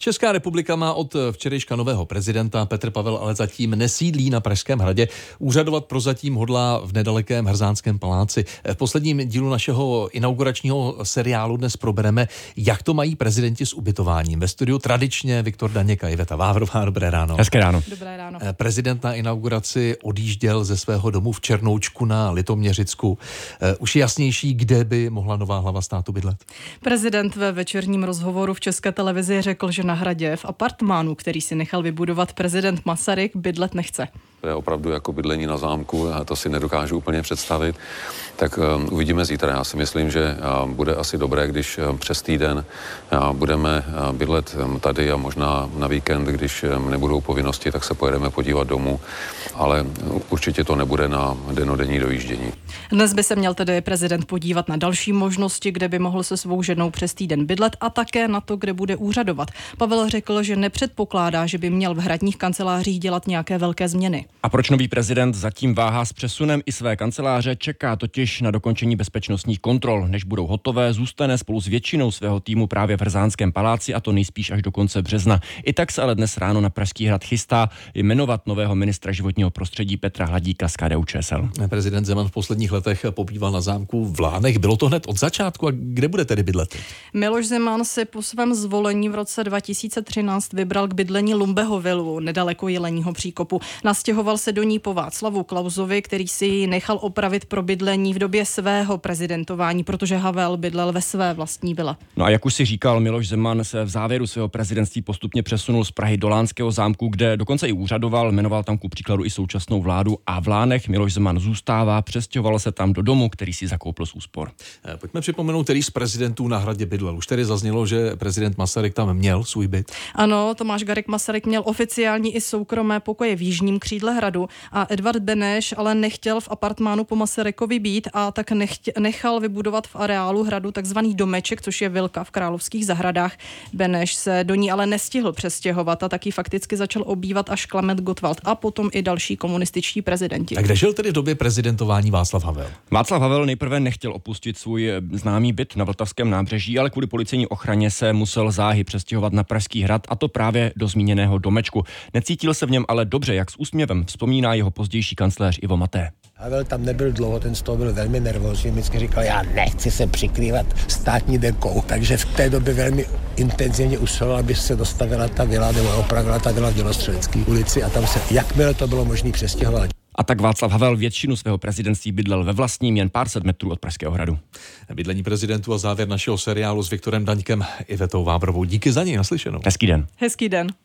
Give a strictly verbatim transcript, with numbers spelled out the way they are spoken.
Česká republika má od včerejška nového prezidenta. Petr Pavel ale zatím nesídlí na Pražském hradě. Úřadovat prozatím hodlá v nedalekém Hrzánském paláci. V posledním dílu našeho inauguračního seriálu dnes probereme, jak to mají prezidenti s ubytováním. Ve studiu tradičně Viktor Daněk a Iveta Vávrová. Dobré ráno. Hezké ráno. Dobré ráno. Prezident na inauguraci odjížděl ze svého domu v Černoučku na Litoměřicku. Už je jasnější, kde by mohla nová hlava státu bydlet? Prezident ve večerním rozhovoru v České televizi řekl, že na hradě v apartmánu, který si nechal vybudovat prezident Masaryk, bydlet nechce. To je opravdu jako bydlení na zámku a to si nedokážu úplně představit. Tak um, uvidíme zítra. Já si myslím, že uh, bude asi dobré, když uh, přes týden uh, budeme uh, bydlet um, tady a možná na víkend, když um, nebudou povinnosti, tak se pojedeme podívat domů, ale uh, určitě to nebude na dennodenní dojíždění. Dnes by se měl tedy prezident podívat na další možnosti, kde by mohl se svou ženou přes týden bydlet a také na to, kde bude úřadovat. Pavel řekl, že nepředpokládá, že by měl v hradních kancelářích dělat nějaké velké změny. A proč nový prezident zatím váhá s přesunem i své kanceláře? Čeká totiž na dokončení bezpečnostních kontrol. Než budou hotové, zůstane spolu s většinou svého týmu právě v Hrzánském paláci, a to nejspíš až do konce března. I tak se ale dnes ráno na Pražský hrad chystá jmenovat nového ministra životního prostředí Petra Hladíka z K D U Č S L. Prezident Zeman v posledních letech pobýval na zámku v Lánech. Bylo to hned od začátku. A kde bude tedy bydlet? Miloš Zeman si po svém zvolení v roce dva tisíce třináct vybral k bydlení Lumbeho vilu nedaleko Jeleního příkopu. Nastěhoval se do ní po Václavu Klausovi, který si ji nechal opravit pro bydlení v době svého prezidentování, protože Havel bydlel ve své vlastní vile. No a jak už si říkal, Miloš Zeman se v závěru svého prezidentství postupně přesunul z Prahy do Lánského zámku, kde dokonce i úřadoval, jmenoval tam ku příkladu i současnou vládu, a v Lánech Miloš Zeman zůstává, přestěhoval se tam do domu, který si zakoupil z úspor. Pojďme připomenout, který z prezidentů na hradě bydlel. Už tedy zaznělo, že prezident Masaryk tam měl svůj byt. Ano, Tomáš Garrigue Masaryk měl oficiální i soukromé pokoje v jižním křídle hradu a Edvard Beneš ale nechtěl v apartmánu po Masarykovi být a tak nechtě, nechal vybudovat v areálu hradu takzvaný domeček, což je vilka v Královských zahradách. Beneš se do ní ale nestihl přestěhovat a taky fakticky začal obývat až Klement Gottwald a potom i další komunističtí prezidenti. A kde žil tedy v době prezidentování Václav Havel? Václav Havel nejprve nechtěl opustit svůj známý byt na Vltavském nábřeží, ale kvůli policejní ochraně se musel záhy přestěhovat na Pražský hrad, a to právě do zmíněného domečku. Necítil se v něm ale dobře, jak s úsměvem vzpomíná jeho pozdější kancléř Ivo Maté. Havel tam nebyl dlouho, ten z toho byl velmi nervózní, vždycky říkal, já nechci se přikrývat státní dekou, takže v té době velmi intenzivně usiloval, aby se dostavila ta vila, nebo opravila ta vila v Dělostřelecké ulici, a tam se, jakmile to bylo možné, přestěhoval. A tak Václav Havel většinu svého prezidentství bydlel ve vlastním, jen pár set metrů od Pražského hradu. Bydlení prezidentu a závěr našeho seriálu s Viktorem Daňkem, Ivetou Vávrovou. Díky za něj, naslyšenou. Hezký den. Hezký den.